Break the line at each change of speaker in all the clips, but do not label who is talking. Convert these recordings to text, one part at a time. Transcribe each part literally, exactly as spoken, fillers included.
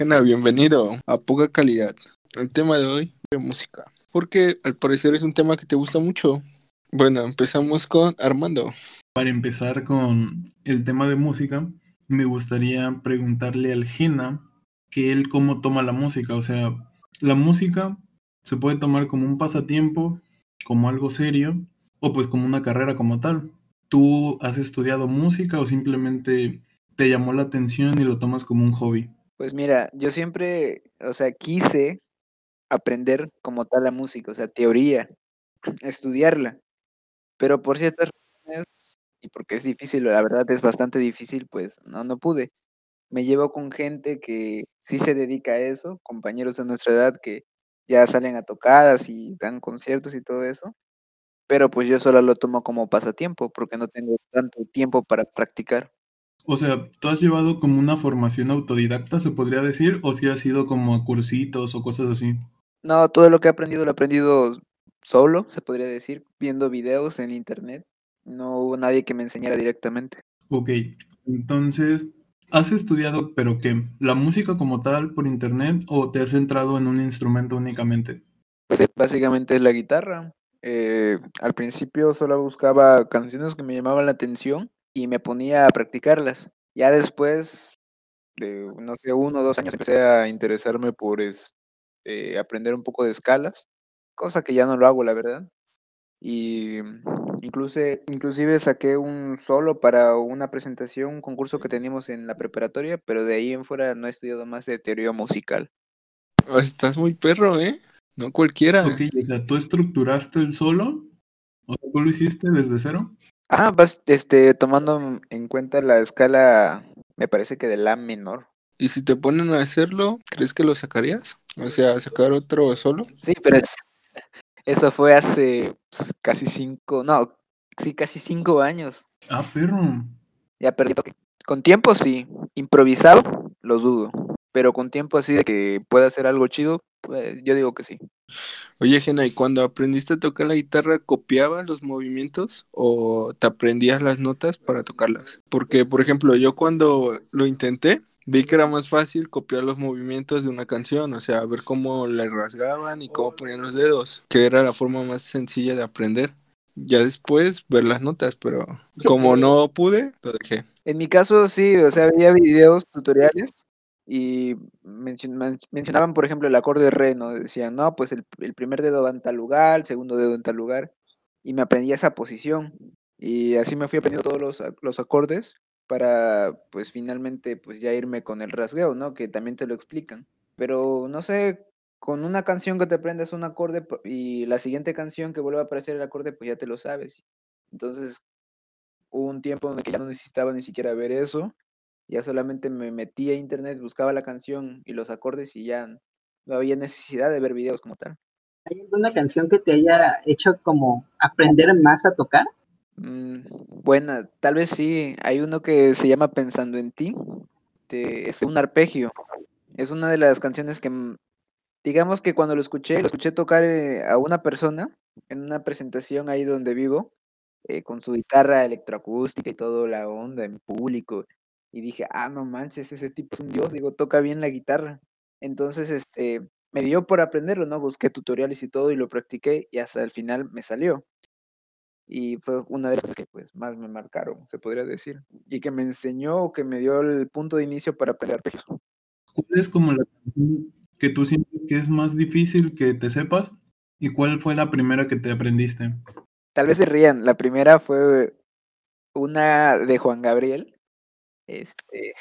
Gena, bienvenido a Poca Calidad. El tema de hoy es música, porque al parecer es un tema que te gusta mucho. Bueno, empezamos con Armando.
Para empezar con el tema de música, me gustaría preguntarle al Gena que él cómo toma la música. O sea, la música se puede tomar como un pasatiempo, como algo serio, o pues como una carrera como tal. ¿Tú has estudiado música o simplemente te llamó la atención y lo tomas como un hobby?
Pues mira, yo siempre, o sea, quise aprender como tal la música, o sea, teoría, estudiarla, pero por ciertas razones, y porque es difícil, la verdad es bastante difícil, pues no, no pude. Me llevo con gente que sí se dedica a eso, compañeros de nuestra edad que ya salen a tocadas y dan conciertos y todo eso, pero pues yo solo lo tomo como pasatiempo porque no tengo tanto tiempo para practicar.
O sea, ¿tú has llevado como una formación autodidacta, se podría decir, o si has ido como a cursitos o cosas así?
No, todo lo que he aprendido lo he aprendido solo, se podría decir, viendo videos en internet. No hubo nadie que me enseñara directamente.
Ok, entonces, ¿has estudiado, pero qué? ¿La música como tal por internet o te has centrado en un instrumento únicamente?
Pues eh, básicamente la guitarra. Eh, al principio solo buscaba canciones que me llamaban la atención y me ponía a practicarlas. Ya después de, no sé, uno o dos años empecé a interesarme por es- eh, aprender un poco de escalas, cosa que ya no lo hago, la verdad. Y incluso, inclusive saqué un solo para una presentación, un concurso que teníamos en la preparatoria, pero de ahí en fuera no he estudiado más de teoría musical.
Oh, estás muy perro, ¿eh? No cualquiera.
Ok, o sea, ¿tú estructuraste el solo? O sea, ¿tú lo hiciste desde cero?
Ah, vas, este, tomando en cuenta la escala, me parece que de la menor.
Y si te ponen a hacerlo, ¿crees que lo sacarías? O sea, sacar otro solo.
Sí, pero es, eso fue hace pues, casi cinco, no, sí, casi cinco años.
Ah, perro.
Ya perdí toque. Con tiempo sí, improvisado, lo dudo. Pero con tiempo así de que pueda hacer algo chido, pues yo digo que sí.
Oye, Gena, ¿y cuando aprendiste a tocar la guitarra, copiabas los movimientos o te aprendías las notas para tocarlas? Porque, por ejemplo, yo cuando lo intenté, vi que era más fácil copiar los movimientos de una canción, o sea, ver cómo le rasgaban y cómo ponían los dedos, que era la forma más sencilla de aprender. Ya después ver las notas, pero como no pude, lo dejé.
En mi caso sí, o sea, veía videos, tutoriales y mencion- men- mencionaban, por ejemplo, el acorde re, ¿no? Decían, no, pues el, el primer dedo va en tal lugar, el segundo dedo en tal lugar, y me aprendí esa posición. Y así me fui aprendiendo todos los, ac- los acordes para, pues finalmente, pues ya irme con el rasgueo, ¿no? Que también te lo explican. Pero no sé, con una canción que te aprendas un acorde p- y la siguiente canción que vuelva a aparecer el acorde, pues ya te lo sabes. Entonces, hubo un tiempo en el que ya no necesitaba ni siquiera ver eso, ya solamente me metía a internet, buscaba la canción y los acordes y ya no había necesidad de ver videos como tal.
¿Hay alguna canción que te haya hecho como aprender más a tocar?
Mm, buena, tal vez sí, hay uno que se llama Pensando en ti, este, es un arpegio, es una de las canciones que, mm, digamos que cuando lo escuché, lo escuché tocar eh, a una persona en una presentación ahí donde vivo, eh, con su guitarra electroacústica y todo la onda en público. Y dije, ah, no manches, ese tipo es un dios, digo, toca bien la guitarra. Entonces, este, me dio por aprenderlo, ¿no? Busqué tutoriales y todo y lo practiqué y hasta el final me salió. Y fue una de las cosas que pues más me marcaron, se podría decir. Y que me enseñó o que me dio el punto de inicio para pelear arpegios.
¿Cuál es como la canción que tú sientes que es más difícil que te sepas? ¿Y cuál fue la primera que te aprendiste?
Tal vez se rían, la primera fue una de Juan Gabriel, este,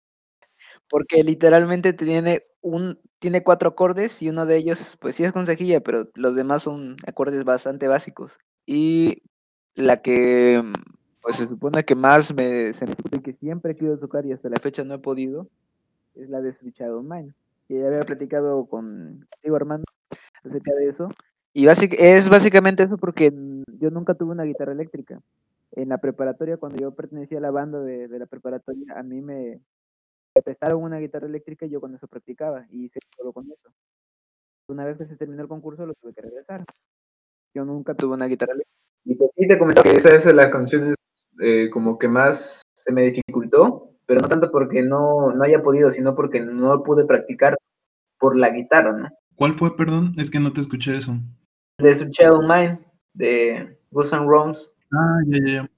porque literalmente tiene un tiene cuatro acordes y uno de ellos, pues sí es con cejilla, pero los demás son acordes bastante básicos. Y la que, mm, pues se supone que más me se me dificulta y que siempre he querido tocar y hasta la fecha no he podido, es la de Switch Out of Mine, que ya había platicado con contigo, Armando, acerca de eso. Y basic es básicamente eso porque, mm, yo nunca tuve una guitarra eléctrica. En la preparatoria, cuando yo pertenecía a la banda de de la preparatoria, a mí me me prestaron una guitarra eléctrica y yo con eso practicaba y hice todo con eso. Una vez que se terminó el concurso lo tuve que regresar. Yo nunca tuve una guitarra eléctrica. Y pues sí te comento que esa es de las canciones eh, como que más se me dificultó, pero no tanto porque no, no haya podido, sino porque no pude practicar por la guitarra, ¿no?
¿Cuál fue, perdón? Es que no te escuché eso.
De Su Child Mine, de Guns N' Roses.
Ah, ya, ya, ya.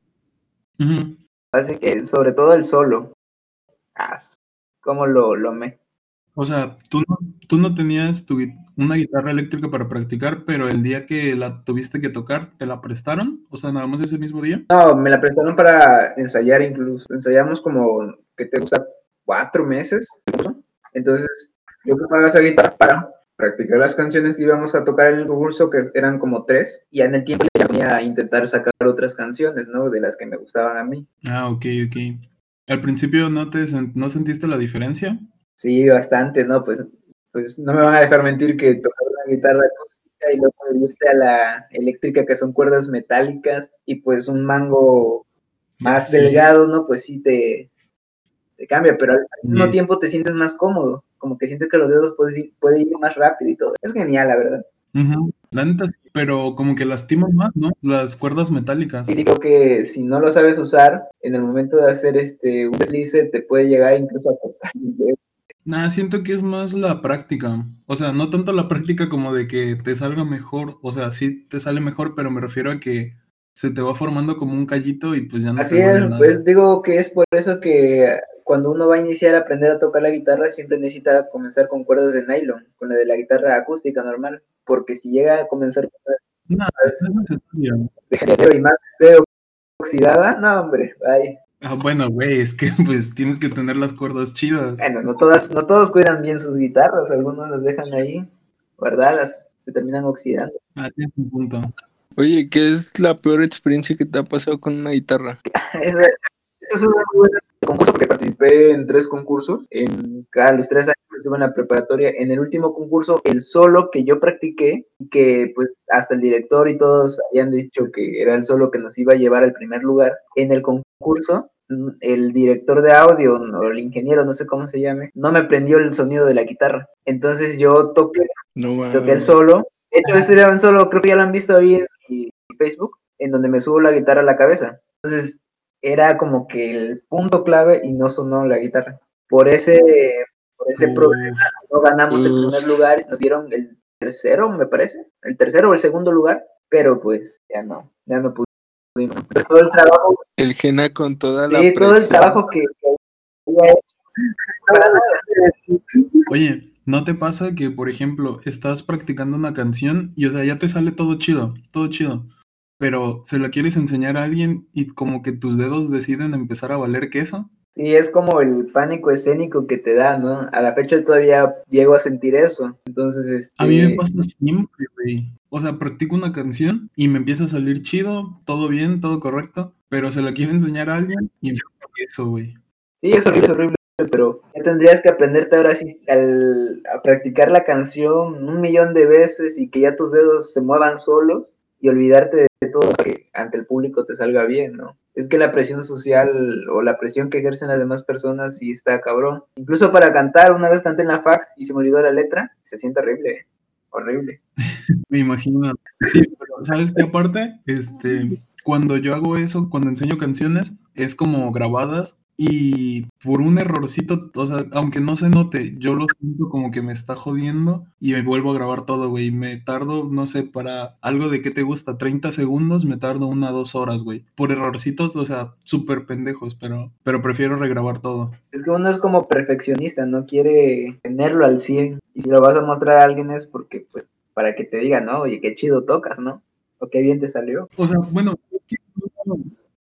Ujú.
Así que, sobre todo el solo. Ah, cómo lo, lo amé.
O sea, tú no, tú no tenías tu gui- una guitarra eléctrica para practicar, pero el día que la tuviste que tocar, ¿te la prestaron? O sea, nada más ese mismo día.
No, me la prestaron para ensayar incluso. Ensayamos como, ¿qué te gusta? Cuatro meses. Entonces, yo ocupaba esa guitarra para practicar las canciones que íbamos a tocar en el concurso, que eran como tres, y ya en el tiempo ya ponía a intentar sacar otras canciones, ¿no? De las que me gustaban a mí.
Ah, ok, ok. Al principio no te sen- no sentiste la diferencia.
Sí, bastante, ¿no? Pues, pues no me van a dejar mentir que tocar una guitarra acústica y luego irte a la eléctrica, que son cuerdas metálicas, y pues un mango más
Sí.
delgado, ¿no? Pues sí te, te cambia, pero al, al mismo
Sí.
tiempo te sientes más cómodo, como que sientes que los dedos puedes ir, puede ir más rápido y todo. Es genial, la verdad.
Ujú. La neta sí, pero como que lastiman más, ¿no? Las cuerdas metálicas.
Sí, sí, creo que si no lo sabes usar, en el momento de hacer este un deslice, te puede llegar incluso a cortar el dedo.
Nah, siento que es más la práctica. O sea, no tanto la práctica como de que te salga mejor. O sea, sí te sale mejor, pero me refiero a que se te va formando como un callito y pues ya no
Así
te duele
es,
nada.
pues digo que es por eso que cuando uno va a iniciar a aprender a tocar la guitarra, siempre necesita comenzar con cuerdas de nylon, con la de la guitarra acústica normal, porque si llega a comenzar con
Nah,
las
no es necesario.
de acero y más esté oxidada, no hombre, ay.
Ah, bueno, güey, es que pues tienes que tener las cuerdas chidas.
Bueno, no todas, no todos cuidan bien sus guitarras, algunos las dejan ahí guardadas, se terminan oxidando.
Ah, tienes un punto.
Oye, ¿qué es la peor experiencia que te ha pasado con una guitarra?
Esa, esa es una muy buena concurso porque participé en tres concursos, en cada los tres años estuve en la preparatoria. En el último concurso, el solo que yo practiqué, que pues hasta el director y todos habían dicho que era el solo que nos iba a llevar al primer lugar, en el concurso el director de audio o el ingeniero, no sé cómo se llame, no me prendió el sonido de la guitarra. Entonces yo toqué,
No
toqué el
mames.
solo. De hecho, ese era un solo, creo que ya lo han visto ahí en mi Facebook, en donde me subo la guitarra a la cabeza. Entonces era como que el punto clave y no sonó la guitarra. Por ese, por ese
Uf.
problema no ganamos el primer
Uf.
lugar, nos dieron el tercero, me parece, el tercero o el segundo lugar, pero pues ya no, ya no pudimos. Pero todo el trabajo,
El Gena con toda la
sí, todo el
presión.
trabajo que, que había hecho, para nada.
Oye, ¿no te pasa que, por ejemplo, estás practicando una canción y, o sea, ya te sale todo chido, todo chido, pero se la quieres enseñar a alguien y como que tus dedos deciden empezar a valer queso?
Sí, es como el pánico escénico que te da, ¿no? A la fecha todavía llego a sentir eso. Entonces,
A mí me
este,
pasa siempre, güey. O sea, practico una canción y me empieza a salir chido, todo bien, todo correcto, pero se la quiero enseñar a alguien y empiezo eso, güey.
sí, es horrible, es horrible, pero ya tendrías que aprenderte ahora sí al, a practicar la canción un millón de veces y que ya tus dedos se muevan solos y olvidarte de todo para que ante el público te salga bien, ¿no? Es que la presión social o la presión que ejercen las demás personas sí está cabrón. Incluso para cantar, una vez canté en la F A C y se me olvidó la letra, se siente horrible, horrible.
Me imagino. Sí, pero ¿sabes qué aparte? Este, cuando yo hago eso, cuando enseño canciones, es como grabadas y por un errorcito, o sea, aunque no se note, yo lo siento como que me está jodiendo y me vuelvo a grabar todo, güey. Me tardo, no sé, para algo de qué te gusta, treinta segundos, me tardo una, dos horas, güey. Por errorcitos, o sea, súper pendejos, pero, pero prefiero regrabar todo.
Es que uno es como perfeccionista, no quiere tenerlo al cien. Y si lo vas a mostrar a alguien es porque, pues, para que te digan, no, oye, qué chido tocas, ¿no? O qué bien te salió.
O sea, bueno, es que no,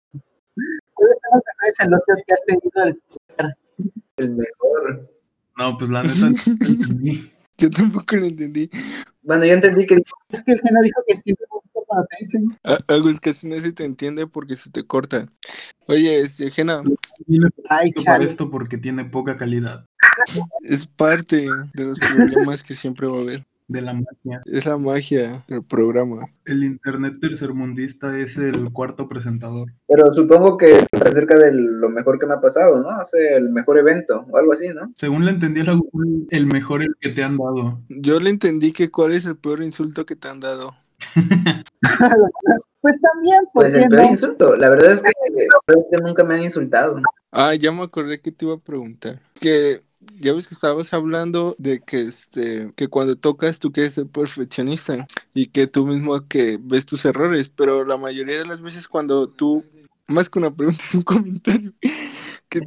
¿Cuáles son los mejores elogios que has tenido al tocar?
El mejor.
no, pues la neta, no entendí.
Yo tampoco lo entendí.
Bueno, yo entendí que
Es que el Gena dijo que siempre me gusta cuando te dicen.
A- Agus, casi no se te entiende porque se te corta. Oye, este, Gena,
Viene
Ay,
para
chale.
esto porque tiene poca calidad
es parte de los problemas que siempre va a haber.
de la magia.
Es la magia del programa.
El internet tercermundista es el cuarto presentador.
pero supongo que acerca de lo mejor que me ha pasado, ¿no? O sea, el mejor evento o algo así, ¿no?
Según le entendí, era el mejor el que te han dado.
Yo le entendí que cuál es el peor insulto que te han dado.
Pues también, ¿por
Pues
qué
el peor
no?
insulto. La verdad es que, la verdad es que nunca me han insultado.
Ah, ya me acordé que te iba a preguntar. Que ya ves que estabas hablando de que este que cuando tocas tú quieres ser perfeccionista y que tú mismo que ves tus errores, pero la mayoría de las veces cuando tú, más que una pregunta es un comentario, que,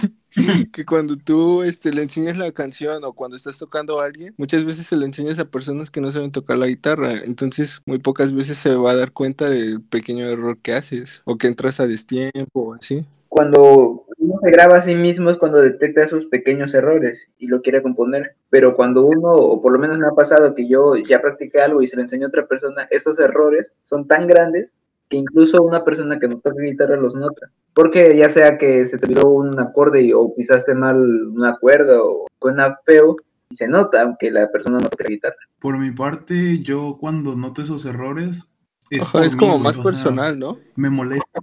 que cuando tú este, le enseñas la canción o cuando estás tocando a alguien, muchas veces se le enseñas a personas que no saben tocar la guitarra, entonces muy pocas veces se va a dar cuenta del pequeño error que haces o que entras a destiempo o así.
Cuando uno se graba a sí mismo es cuando detecta esos pequeños errores y lo quiere componer. Pero cuando uno, o por lo menos me ha pasado que yo ya practiqué algo y se lo enseño a otra persona, esos errores son tan grandes que incluso una persona que no toca guitarra los nota. Porque ya sea que se te olvidó un acorde y- o pisaste mal una cuerda o suena feo, y se nota, aunque la persona no toque la guitarra.
Por mi parte, yo cuando noto esos errores es
Ajá,
por
es
mí,
como
güey.
más
O sea,
personal, ¿no?
me molesta.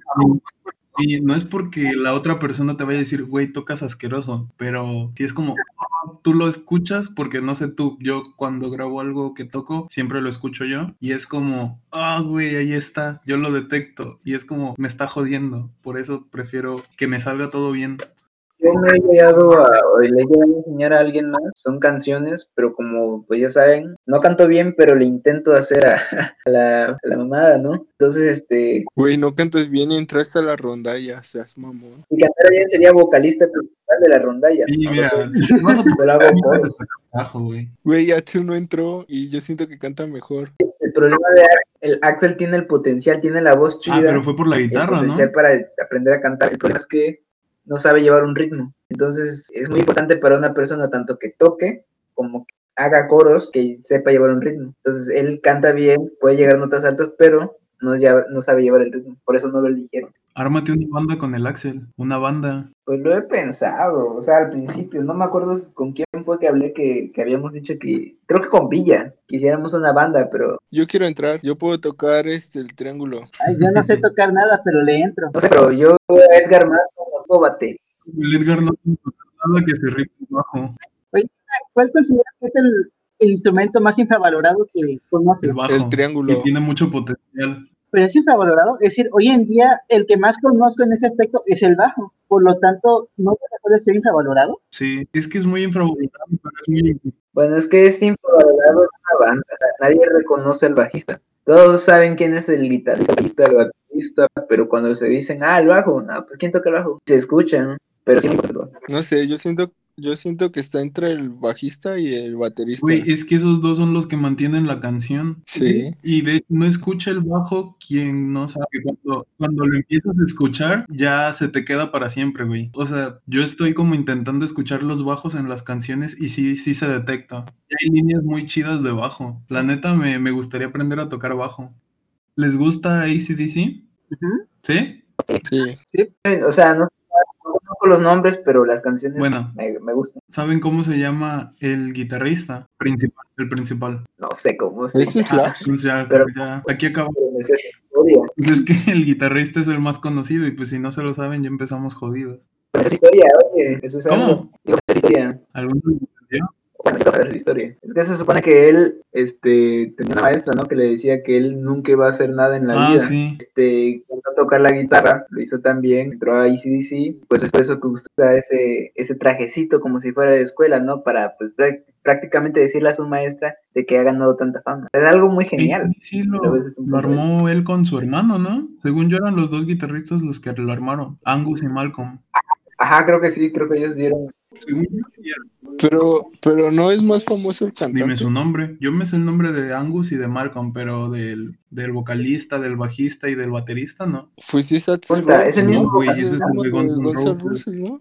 Y no es porque la otra persona te vaya a decir, güey, tocas asqueroso, pero si es como, ah, tú lo escuchas, porque no sé tú, yo cuando grabo algo que toco, siempre lo escucho yo, y es como, ah, güey, ahí está, yo lo detecto, y es como, me está jodiendo, por eso prefiero que me salga todo bien.
Yo me he llegado a, o le he llegado a enseñar a alguien más, son canciones, pero como pues ya saben, no canto bien, pero le intento hacer a, a la, a la mamada, ¿no? Entonces, este,
Güey, no cantas bien y entraste a la rondalla, seas mamón.
si cantara bien sería vocalista principal de la rondalla,
Sí,
no lo
mira,
soy,
si vas a
solo hago coros.
abajo, güey.
Güey, Axel no entró y yo siento que canta mejor.
El problema de Axel, el Axel tiene el potencial, tiene la voz
Ah, pero
chida,
fue por la
el
guitarra,
potencial
¿no?
para aprender a cantar, el problema es que no sabe llevar un ritmo. Entonces es muy importante para una persona tanto que toque como que haga coros, que sepa llevar un ritmo. Entonces él canta bien, puede llegar a notas altas, pero no, ya, no sabe llevar el ritmo, por eso no lo eligieron.
Ármate una banda con el Axel, una banda.
Pues lo he pensado, o sea, al principio, no me acuerdo con quién fue que hablé que, que habíamos dicho que, creo que con Villa, que hiciéramos una banda, pero
Yo quiero entrar, yo puedo tocar este el triángulo.
Ay, yo no sé tocar nada, pero le entro.
no sé, pero yo a Edgar más como batería.
El Edgar no tiene nada que se rife bajo,
Oye, ¿cuál consideras que es el, el instrumento más infravalorado que conoces?
el
El
bajo, y
triángulo.
tiene mucho potencial.
Pero es infravalorado, es decir, hoy en día el que más conozco en ese aspecto es el bajo, por lo tanto, ¿no puede ser infravalorado?
Sí, es que es muy infravalorado, pero es muy...
Bueno, es que es infravalorado en una banda, nadie reconoce al bajista. Todos saben quién es el guitarrista, el baterista, pero cuando se dicen, ah, el bajo, no, pues ¿quién toca el bajo? Se escucha, ¿no? Pero sí,
No sé, yo siento, yo siento que está entre el bajista y el baterista.
Güey, es que esos dos son los que mantienen la canción.
Sí.
Y de no escucha el bajo quien no sabe. Cuando, cuando lo empiezas a escuchar, ya se te queda para siempre, güey. O sea, yo estoy como intentando escuchar los bajos en las canciones y sí, sí se detecta. Y hay líneas muy chidas de bajo. La neta, me, me gustaría aprender a tocar bajo. ¿Les gusta A C D C?
Ujú.
¿Sí?
Sí.
Sí,
o sea, no, no conozco los nombres, pero las canciones
Bueno.
me, me gustan.
¿Saben cómo se llama el guitarrista principal? El principal.
No sé cómo se
¿Ese es
llama,
Slash?
Pues ya,
pero
ya, aquí acabamos.
pero me sé su historia.
Pues es que el guitarrista es el más conocido y pues si no se lo saben ya empezamos jodidos.
Me sé su historia, oye, eso es algo.
¿Cómo?
Digo, me sé su historia.
¿Alguno lo entendió?
Bueno, yo saber su historia. Es que se supone que él, este, tenía una maestra, ¿no? Que le decía que él nunca iba a hacer nada en la
Ah,
vida.
sí.
Este, intentó tocar la guitarra, lo hizo tan bien, entró a A C D C, pues es por eso que usa ese, ese trajecito como si fuera de escuela, ¿no? Para, pues, prá- prácticamente decirle a su maestra de que ha ganado tanta fama. Es algo muy genial.
Sí,
si lo
lo,
ves desde un
lo
punto de vista.
armó él con su hermano, ¿no? Según yo eran los dos guitarristas los que lo armaron, Angus y Malcolm.
Ajá, creo que sí, creo que ellos dieron.
Según yo, sí era.
Pero, pero no es más famoso el
Dime
cantante.
su nombre. Yo me sé el nombre de Angus y de Malcolm, pero del, del vocalista, del bajista y del baterista, no.
Pues sí es Axl
Punta, es el
Rose,
mismo
¿no?
Güey,
Es
ese
el
es
mismo
el de
de
Guns N'
Guns N'
Roses.
Roses, ¿no?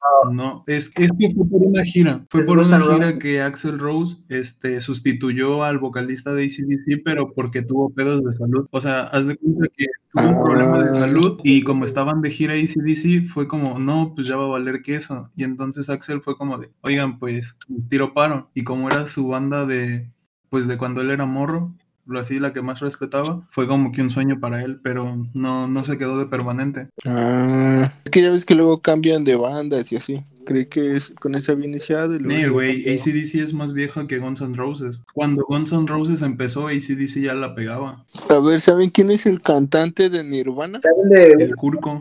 No, es, es que fue por una gira. Fue
Es
por
Guns
una
N'
gira
Roses.
que Axl Rose este, sustituyó al vocalista de A C D C, pero porque tuvo pedos de salud. O sea, haz de cuenta que tuvo un problema de
Ah,
salud y como estaban de gira A C D C, fue como, no, pues ya va a valer que eso. Y entonces Axel fue como de, oigan, pues tiro paro. Y como era su banda de, pues de cuando él era morro, lo así, la que más respetaba, fue como que un sueño para él, pero no, no se quedó de permanente.
ah. Es que ya ves que luego cambian de bandas y así. Creí que es, con esa había iniciado y luego
Nee,
lo
güey,
cambiado.
A C D C es más vieja que Guns N' Roses. Cuando Guns N' Roses empezó, A C D C ya la pegaba.
A ver, ¿saben quién es el cantante de Nirvana?
¿Saben de
El Kurko.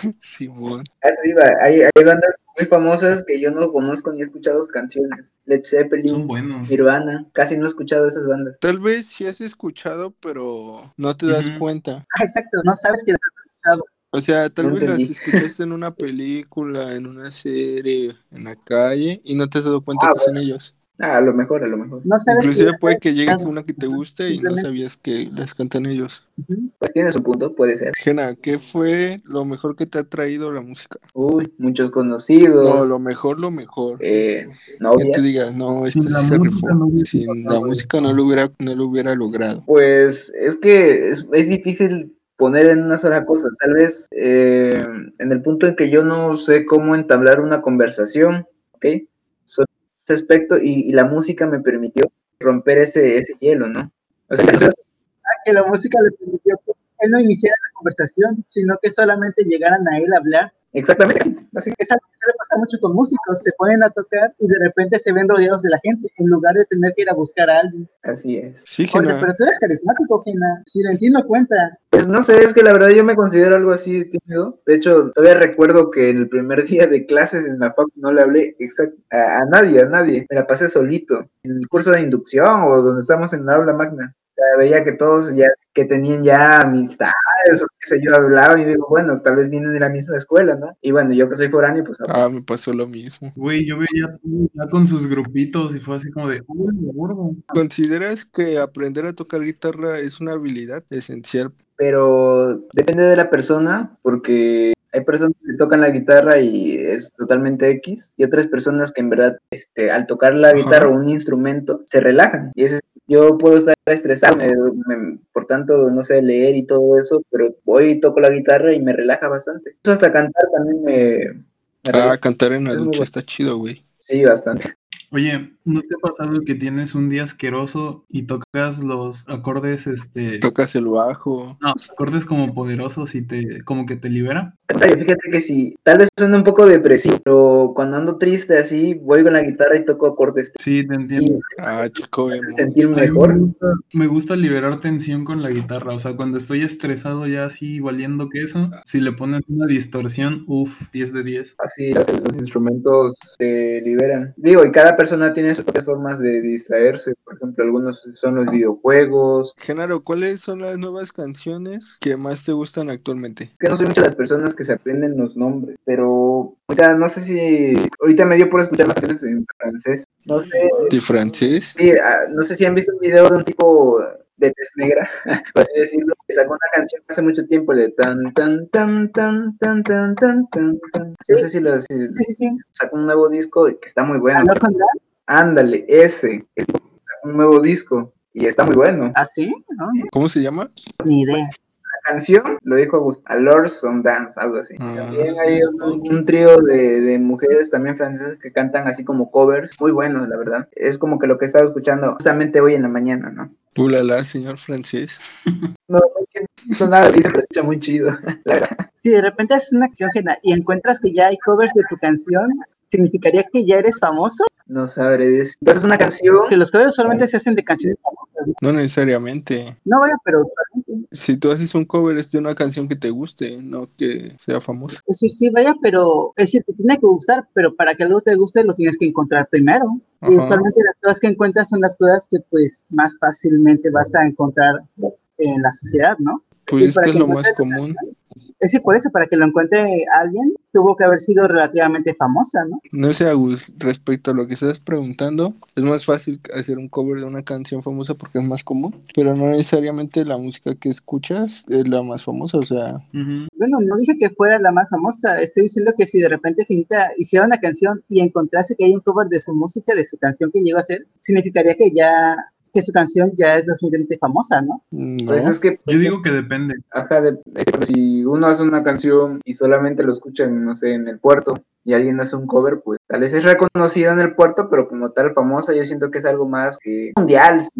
Simón.
a eso iba? Hay, hay bandas muy famosas que yo no conozco ni he escuchado sus canciones. Led
Son
Zeppelin,
buenos.
Nirvana, casi no he escuchado esas bandas.
Tal vez sí has escuchado, pero no te das
Ujú.
cuenta.
Ah, exacto, no sabes que las has escuchado.
O sea, tal
No
vez las
entendí.
escuchaste en una película, en una serie, en la calle y no te has dado cuenta
Ah,
que son ellos.
Ah, a lo mejor, a lo mejor.
No sabes que
Inclusive
ya
puede
sabes
que llegue
algo.
una que te guste y no
Simplemente.
sabías que las cantan ellos.
Ujú.
Pues tiene su punto, puede ser.
Jena, ¿qué fue lo mejor que te ha traído la música?
Uy, muchos
No,
conocidos,
lo mejor, lo mejor.
eh,
Que tú
novias.
digas, no,
Sin
esto
la
sí se
música
rifó.
no hubiese
Sin la
pasado
música no
esto.
lo hubiera, no lo hubiera logrado.
Pues es que es, es difícil poner en una sola cosa. Tal vez eh, en el punto en que yo no sé cómo entablar una conversación, ¿ok? Sobre ese aspecto y, y la música me permitió romper ese, ese hielo, ¿no? O sea, no sé,
Que la música le permitió que él no iniciara la conversación, sino que solamente llegaran a él a hablar.
exactamente, sí, así.
Es algo que suele pasar mucho con músicos, se ponen a tocar y de repente se ven rodeados de la gente, en lugar de tener que ir a buscar a alguien.
Así es.
Sí,
Oye,
Jena.
pero tú eres carismático, Gina. Si lo entiendo, cuenta.
Pues no sé, es que la verdad yo me considero algo así tímido. De hecho, todavía recuerdo que en el primer día de clases en la fac no le hablé exact a, a nadie, a nadie. Me la pasé solito. En el curso de inducción o donde estamos en la aula magna. O sea, veía que todos ya, que tenían ya amistades o qué sé yo, hablaban y digo, bueno, tal vez vienen de la misma escuela, ¿no? Y bueno, yo que soy foráneo, pues
Ah, me pasó lo mismo.
Güey, yo veía a todos ya con sus grupitos y fue así como de, uy, gordo.
¿Consideras que aprender a tocar guitarra es una habilidad esencial?
Pero depende de la persona, porque hay personas que tocan la guitarra y es totalmente X, y otras personas que en verdad, este, al tocar la
Ajá.
guitarra o un instrumento, se relajan. Y ese, yo puedo estar estresado, me- me- por tanto, no sé, leer y todo eso, pero voy y toco la guitarra y me relaja bastante. Eso hasta cantar también me, me
Ah,
relaja.
cantar en la
Es muy
ducha
bueno.
está chido, güey.
Sí, bastante.
Oye, ¿no te ha pasado que tienes un día asqueroso y tocas los acordes, este,
Tocas el bajo.
no, acordes como poderosos y te, como que te libera?
Oye, fíjate que sí, tal vez suena un poco depresivo, pero cuando ando triste así, voy con la guitarra y toco acordes
Sí, te
y
entiendo.
Ah, chico
me
emo.
hacen sentirme
A mí me
mejor.
gusta, me gusta liberar tensión con la guitarra, o sea, cuando estoy estresado ya así valiendo queso, si le pones una distorsión, uff, diez de diez.
Así los, los instrumentos se liberan. Digo, y cada persona tiene sus propias formas de distraerse. Por ejemplo, algunos son los videojuegos.
Genaro, ¿cuáles son las nuevas canciones que más te gustan actualmente?
Que no soy muchas las personas que se aprenden los nombres, pero ahorita no sé si ahorita me dio por escuchar las canciones en francés. No sé,
¿De francés?
sí, ah, no sé si han visto un video de un tipo de tez negra, por así decirlo, que sacó una canción hace mucho tiempo de tan tan tan tan tan tan tan tan tan.
Sí,
No sé si lo si
sí, sí, sí.
sacó un nuevo disco que está muy bueno.
¿Aló, Juan Dance?
Ándale, ese, el tipo sacó un nuevo disco y está muy bueno.
¿Ah, sí? No,
¿Cómo se llama?
ni idea.
La canción lo dijo Agustín, Alors on Dance, algo así.
Ah,
También hay un, un trío de, de mujeres también francesas que cantan así como covers, muy buenos, la verdad. Es como que lo que estaba escuchando justamente hoy en la mañana, ¿no?
ulala, señor francés.
No, no entiendo nada, dice, pero escucha muy chido, la verdad.
Si de repente haces una acción, Gena, y encuentras que ya hay covers de tu canción, ¿significaría que ya eres famoso?
No sabré decir. Entonces una canción,
Que los covers solamente se hacen de canciones famosas, ¿no?
No necesariamente.
No, vaya, pero usualmente.
Si tú haces un cover es de una canción que te guste, no que sea famosa.
Sí, sí, vaya, pero es decir, te tiene que gustar, pero para que algo te guste lo tienes que encontrar primero. Y
Ajá.
usualmente las cosas que encuentras son las cosas que pues más fácilmente vas a encontrar en la sociedad, ¿no?
Pues
Sí,
es
para
que es
que
lo más
encuentres tu
común.
canción, es decir, por eso, para que lo encuentre alguien, tuvo que haber sido relativamente famosa, ¿no?
No sé, Agus, respecto a lo que estás preguntando, es más fácil hacer un cover de una canción famosa porque es más común, pero no necesariamente la música que escuchas es la más famosa, o sea,
Ujú.
Bueno, no dije que fuera la más famosa, estoy diciendo que si de repente Finita hiciera una canción y encontrase que hay un cover de su música, de su canción que llegó a hacer, significaría que ya, que su canción ya es lo suficientemente famosa, ¿no?
pues
no.
es que,
Yo digo que depende.
ajá, de, este, si uno hace una canción y solamente lo escuchan, no sé, en el puerto y alguien hace un cover, pues tal vez es reconocida en el puerto, pero como tal famosa, yo siento que es algo más que mundial, sino que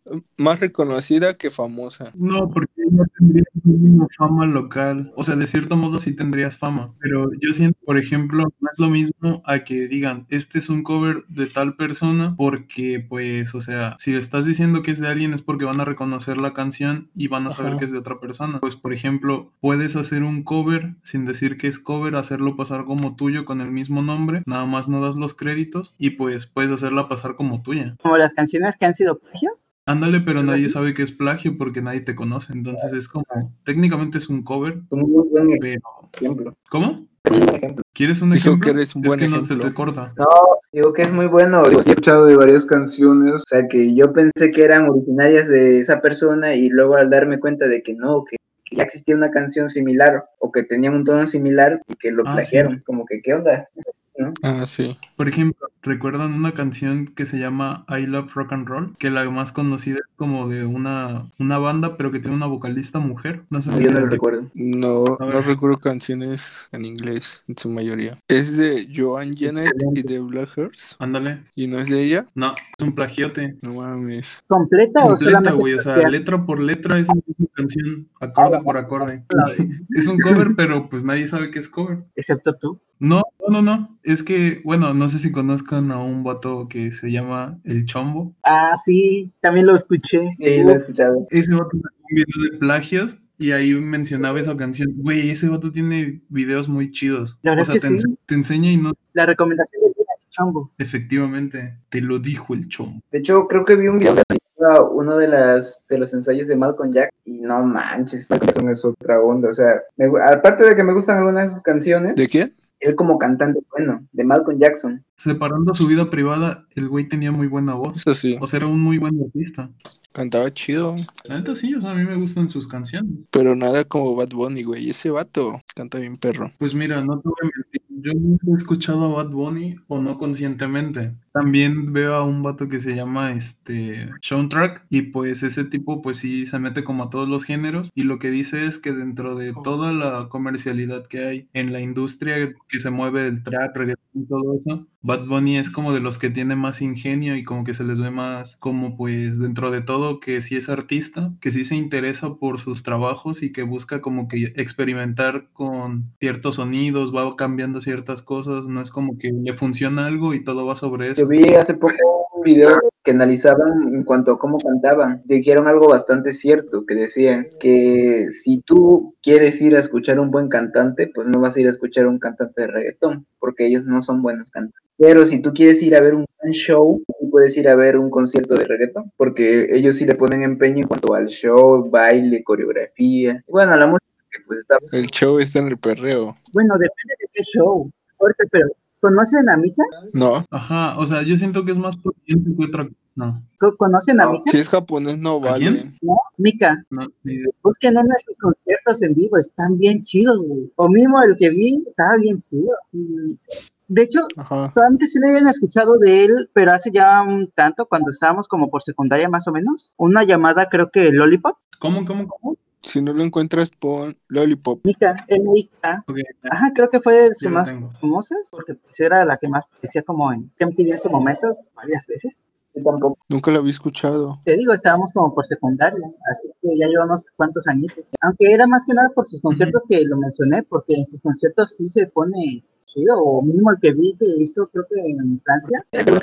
Más reconocida que famosa.
No, porque no tendrías mínimo fama local. O sea, de cierto modo sí tendrías fama. Pero yo siento, por ejemplo, no es lo mismo a que digan, este es un cover de tal persona, porque, pues, o sea, si le estás diciendo que es de alguien es porque van a reconocer la canción y van a saber
Ajá.
que es de otra persona. Pues, por ejemplo, puedes hacer un cover sin decir que es cover, hacerlo pasar como tuyo con el mismo nombre, nada más no das los créditos y pues puedes hacerla pasar como tuya.
Como las canciones que han sido plagios.
Ándale, pero
¿Algo
nadie
así?
sabe que es plagio porque nadie te conoce. Entonces es como, técnicamente es un cover,
Un muy buen
pero...
ejemplo.
¿Cómo?
Un buen ejemplo.
¿Quieres un
Dijo
ejemplo?
que eres un
Es
buen
que no se
ejemplo.
te corta.
No, digo que es muy bueno. Digo, sí he escuchado de varias canciones, o sea, que yo pensé que eran originarias de esa persona y luego al darme cuenta de que no, que, que ya existía una canción similar o que tenían un tono similar y que lo
Ah, sí.
plagiaron. Como que, ¿qué onda? ¿No?
Ah, sí.
Por ejemplo, ¿recuerdan una canción que se llama I Love Rock and Roll? Que la más conocida es como de una, una banda, pero que tiene una vocalista mujer. No sé si
Yo no
te-
lo recuerdo.
No,
A
no
ver.
recuerdo canciones en inglés, en su mayoría. Es de Joan Jett y
Excelente.
de Blackhearts.
Ándale.
¿Y no es de ella?
No, es un plagiote.
No mames.
¿Completa o
Completa,
solamente
güey, o sea,
parcial?
letra por letra es la misma canción, acorde por acorde. Es un cover, pero pues nadie sabe que es cover.
Excepto tú.
No, no, no, no. Es que, bueno, no sé si conozcan a un vato que se llama El Chombo.
Ah, sí, también lo escuché.
Sí, lo he
Uf,
escuchado.
Ese vato sacó un video de plagios y ahí mencionaba esa canción. Güey, ese vato tiene videos muy chidos.
La verdad
O sea,
es que
te,
sí.
ense- te enseña y no,
La recomendación de vida de Chombo.
efectivamente, te lo dijo el Chombo.
De hecho, creo que vi un video de uno de las de los ensayos de Malcolm Jack y no manches, esa canción es otra onda. O sea, me gu- aparte de que me gustan algunas de sus canciones,
¿De quién?
él como cantante bueno, de Malcolm Jackson.
Separando su vida privada, el güey tenía muy buena voz.
Eso sí,
O sea, era un muy buen artista.
cantaba chido,
La neta sí, o sea, a mí me gustan sus canciones.
pero nada como Bad Bunny, güey. Ese vato canta bien perro.
Pues mira, no te voy a mentir, yo nunca he escuchado a Bad Bunny o no conscientemente. También veo a un vato que se llama este Soundtrack y pues ese tipo pues sí se mete como a todos los géneros y lo que dice es que dentro de toda la comercialidad que hay en la industria que se mueve del trap, reggaetón y todo eso, Bad Bunny es como de los que tiene más ingenio y como que se les ve más como pues dentro de todo que sí es artista, que sí se interesa por sus trabajos y que busca como que experimentar con ciertos sonidos, va cambiando ciertas cosas, no es como que le funciona algo y todo va sobre eso.
Yo vi hace poco un video que analizaban en cuanto a cómo cantaban. Dijeron algo bastante cierto, que decían que si tú quieres ir a escuchar un buen cantante, pues no vas a ir a escuchar un cantante de reggaetón, porque ellos no son buenos cantantes. Pero si tú quieres ir a ver un buen show, sí puedes ir a ver un concierto de reggaetón, porque ellos sí le ponen empeño en cuanto al show, baile, coreografía. Y bueno, la música que pues está...
El show está en el perreo.
Bueno, depende de qué show. Ahorita, pero ¿conocen a Mika?
No,
Ajá, o sea, yo siento que es más por tiempo que otra cosa. No.
¿Co- ¿Conocen a
No.
Mika?
si es japonés no
¿A quién?
vale.
¿No? Mika.
No, ni idea.
Busquen uno de sus conciertos en vivo, están bien chidos, güey. O mismo el que vi, estaba bien chido. Mm, De hecho,
Ajá.
probablemente sí le hayan escuchado de él, pero hace ya un tanto, cuando estábamos como por secundaria más o menos. Una llamada, creo que Lollipop.
¿Cómo, cómo, cómo?
Si no lo encuentras, pon Lollipop.
Mika, M I K.
Ok, ya,
Ajá, creo que fue de
ya
sus
lo
más
tengo.
famosas, porque pues era la que más parecía como en M T V en su momento, varias veces.
Yo tampoco.
Nunca lo había escuchado.
Te digo, estábamos como por secundaria, así que ya llevamos cuantos añitos. Aunque era más que nada por sus conciertos que lo mencioné, porque en sus conciertos sí se pone chido, o mismo el que vi que hizo, creo que en Francia.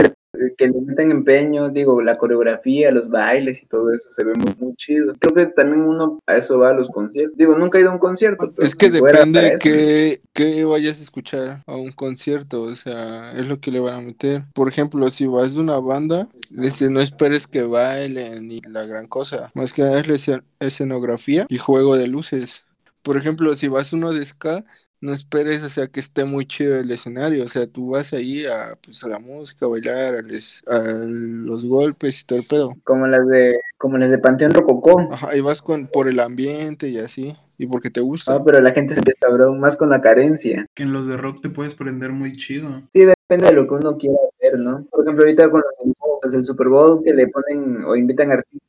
Que le meten empeño, digo, la coreografía, los bailes y todo eso se ve muy, muy chido. Creo que también uno a eso va a los conciertos. Digo, nunca he ido a un concierto, pero
Es que
si fuera para
depende
eso,
que, que vayas a escuchar a un concierto, o sea, es lo que le van a meter. Por ejemplo, si vas de una banda, dice, no esperes que bailen ni la gran cosa, más que nada es la escen- escenografía y juego de luces. Por ejemplo, si vas uno de ska, no esperes, o sea, que esté muy chido el escenario, o sea, tú vas ahí a, pues, a la música, a bailar, a, les- a los golpes y todo el pedo.
como las de, como las de Panteón Rococó.
Ajá, y vas con, por el ambiente y así, y porque te gusta.
Ah, pero la gente se cabrón más con la carencia.
Que en los de rock te puedes prender muy chido.
Sí, depende de lo que uno quiera ver, ¿no? Por ejemplo, ahorita con los, del- los del Super Bowl que le ponen o invitan artistas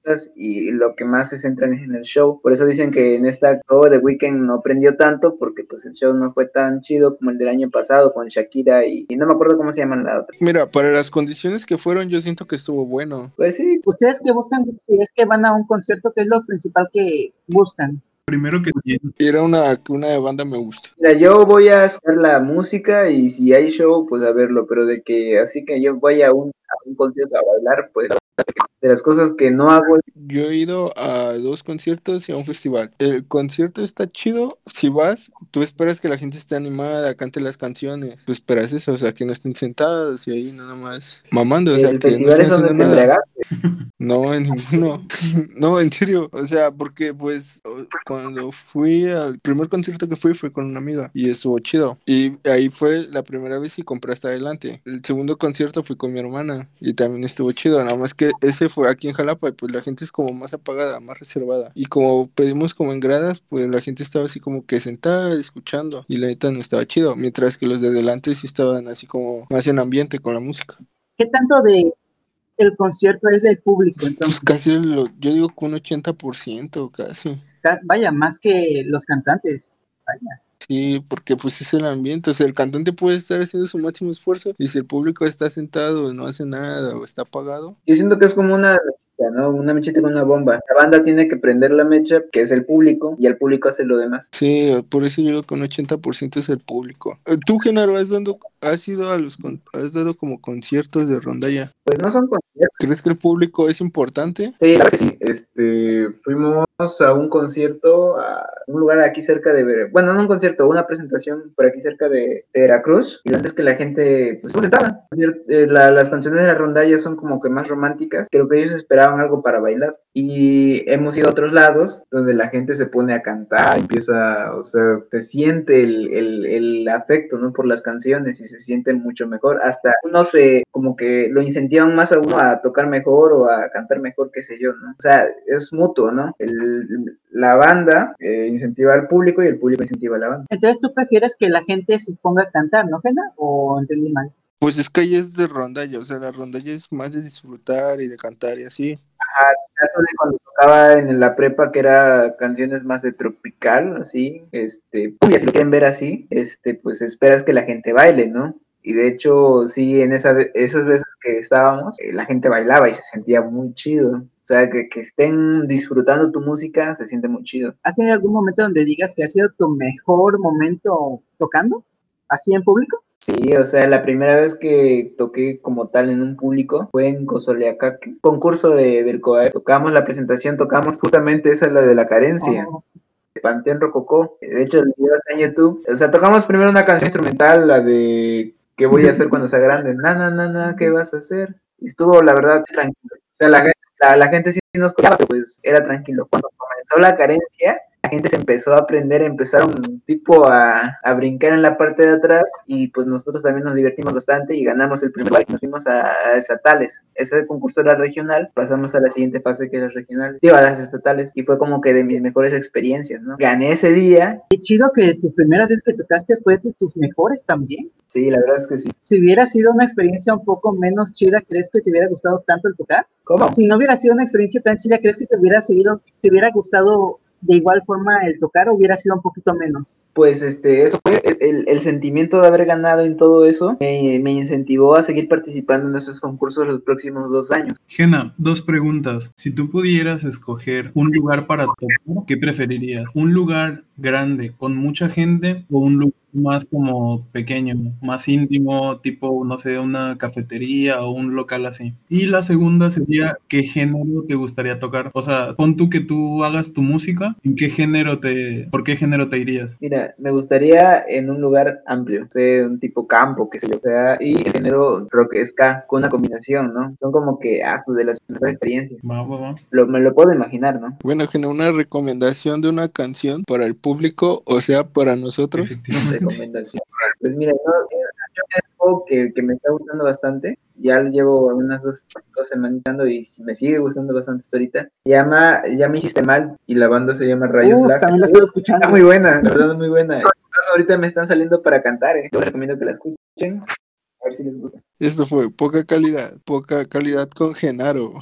y lo que más se centran es en el show. Por eso dicen que en esta show The Weeknd no prendió tanto, porque pues el show no fue tan chido como el del año pasado con Shakira y, y no me acuerdo cómo se llaman la otra.
Mira, para las condiciones que fueron, yo siento que estuvo bueno.
Pues sí.
Ustedes que buscan, si es que van a un concierto, ¿qué es lo principal que buscan?
Primero que
Era una, una banda me gusta.
Mira, yo voy a escuchar la música y si hay show, pues a verlo, pero de que así que yo vaya a un, a un concierto a bailar, pues de las cosas que no hago.
Yo he ido a dos conciertos y a un festival. El concierto está chido. Si vas, tú esperas que la gente esté animada, cante las canciones. Tú esperas eso, o sea, que no estén sentados y ahí nada más mamando, o sea,
El
que no
festival
estén
es donde
haciendo
te
nada.
embriagaste.
No, en ninguno. No, en serio. O sea, porque pues o- cuando fui al primer concierto que fui fue con una amiga y estuvo chido. Y ahí fue la primera vez y compré hasta adelante. El segundo concierto fui con mi hermana y también estuvo chido. Nada más que ese fue aquí en Jalapa y pues la gente es como más apagada, más reservada. Y como pedimos como en gradas, pues la gente estaba así como que sentada escuchando y la neta no estaba chido. Mientras que los de adelante sí estaban así como más en ambiente con la música.
¿Qué tanto de el concierto es del público?
Pues
Entonces,
casi, lo, yo digo que un ochenta por ciento casi.
ca- vaya, más que los cantantes. Vaya.
Sí, porque pues es el ambiente, o sea, el cantante puede estar haciendo su máximo esfuerzo y si el público está sentado, no hace nada o está apagado.
Yo siento que es como una mechita, ¿no? Una mechita con una bomba. La banda tiene que prender la mecha, que es el público, y el público hace lo demás.
Sí, por eso yo digo que un ochenta por ciento es el público. Eh, Tú, Genaro, has, dando, has ido a los, con- has dado como conciertos de rondalla.
Pues no son conciertos.
¿Crees que el público es importante?
Sí, la verdad que sí. Este, fuimos a un concierto a un lugar aquí cerca de Ver- bueno, no un concierto, una presentación por aquí cerca de, de Veracruz. Y la verdad es que la gente, pues, estuvo sentada. Eh, la- las canciones de la rondalla son como que más románticas. Creo que ellos esperaban algo para bailar. Y hemos ido a otros lados donde la gente se pone a cantar, empieza, o sea, se siente el, el, el afecto, ¿no? Por las canciones y se siente mucho mejor. Hasta uno se, como que lo incentivan más a uno a tocar mejor o a cantar mejor, qué sé yo, ¿no? O sea, es mutuo, ¿no? El, la banda eh, incentiva al público y el público incentiva a la banda.
Entonces, ¿tú prefieres que la gente se ponga a cantar, no, Gena? ¿O entendí mal?
Pues es que ahí es de rondalla, o sea, la rondalla es más de disfrutar y de cantar y así.
Caso de cuando tocaba en la prepa, que era canciones más de tropical, así, este, cumbia, si lo quieren ver así, este, pues esperas que la gente baile, ¿no? Y de hecho, sí, en esa, ve- esas veces que estábamos, eh, la gente bailaba y se sentía muy chido. O sea, que, que estén disfrutando tu música se siente muy chido.
¿Has tenido algún momento donde digas que ha sido tu mejor momento tocando? ¿Así en público?
Sí, o sea, la primera vez que toqué como tal en un público fue en Cozoleacaque, concurso de, del COAE. Tocamos la presentación, tocamos justamente esa, la de la carencia.
Oh,
Panteón Rococó. De hecho, el video está en YouTube. O sea, tocamos primero una canción instrumental, la de ¿qué voy a hacer cuando sea grande? Na, na, na, na, ¿qué vas a hacer? Y estuvo, la verdad, tranquilo. O sea, la, gente- la, la gente sí nos escuchaba, pero pues era tranquilo. Cuando comenzó la carencia, la gente se empezó a aprender, empezaron tipo a, a brincar en la parte de atrás y pues nosotros también nos divertimos bastante y ganamos el primer lugar. Nos fuimos a, a estatales. Ese concurso era regional, pasamos a la siguiente fase que era regional, digo, a las estatales y fue como que de mis mejores experiencias, ¿no? Gané ese día.
qué chido que tus primeras veces que tocaste fue de tus mejores también.
Sí, la verdad es que sí.
Si hubiera sido una experiencia un poco menos chida, ¿crees que te hubiera gustado tanto el tocar?
¿Cómo?
Si no hubiera sido una experiencia tan chida, ¿crees que te hubiera seguido, te hubiera gustado de igual forma el tocar o hubiera sido un poquito menos?
Pues este, eso fue el, el sentimiento de haber ganado en todo eso, me, me incentivó a seguir participando en esos concursos los próximos dos años.
Gena, dos preguntas. Si tú pudieras escoger un lugar para tocar, ¿qué preferirías? ¿Un lugar grande con mucha gente o un lugar más como pequeño, más íntimo, tipo, no sé, una cafetería o un local así? Y la segunda sería, ¿qué género te gustaría tocar? O sea, pon tú que tú hagas tu música, ¿en qué género te, por qué género te irías?
Mira, me gustaría en un lugar amplio, o sea, un tipo campo, que se yo, o sea, y el género rock ska con una combinación, ¿no? Son como que astos de las mejores experiencias.
Va, va, va.
Lo, me lo puedo imaginar, ¿no?
Bueno, Gena, una recomendación de una canción para el público, o sea, para nosotros.
Efectivamente.
Recomendación. Pues mira, yo, yo es algo que, que me está gustando bastante. Ya lo llevo unas dos, dos semanas y me sigue gustando bastante hasta ahorita. Se llama, ya me hiciste mal y la banda se llama Rayos
Uf,
Láser.
también la estoy escuchando.
Está muy buena, la verdad es muy buena. Entonces, ahorita me están saliendo para cantar, ¿eh? Yo les recomiendo que la escuchen. A ver si les gusta.
Esto fue poca calidad, poca calidad con Genaro.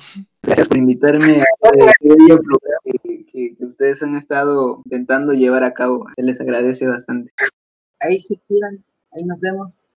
Gracias por invitarme a este bello programa que, que, que ustedes han estado intentando llevar a cabo. Se les agradece bastante.
Ahí se cuidan, ahí nos vemos.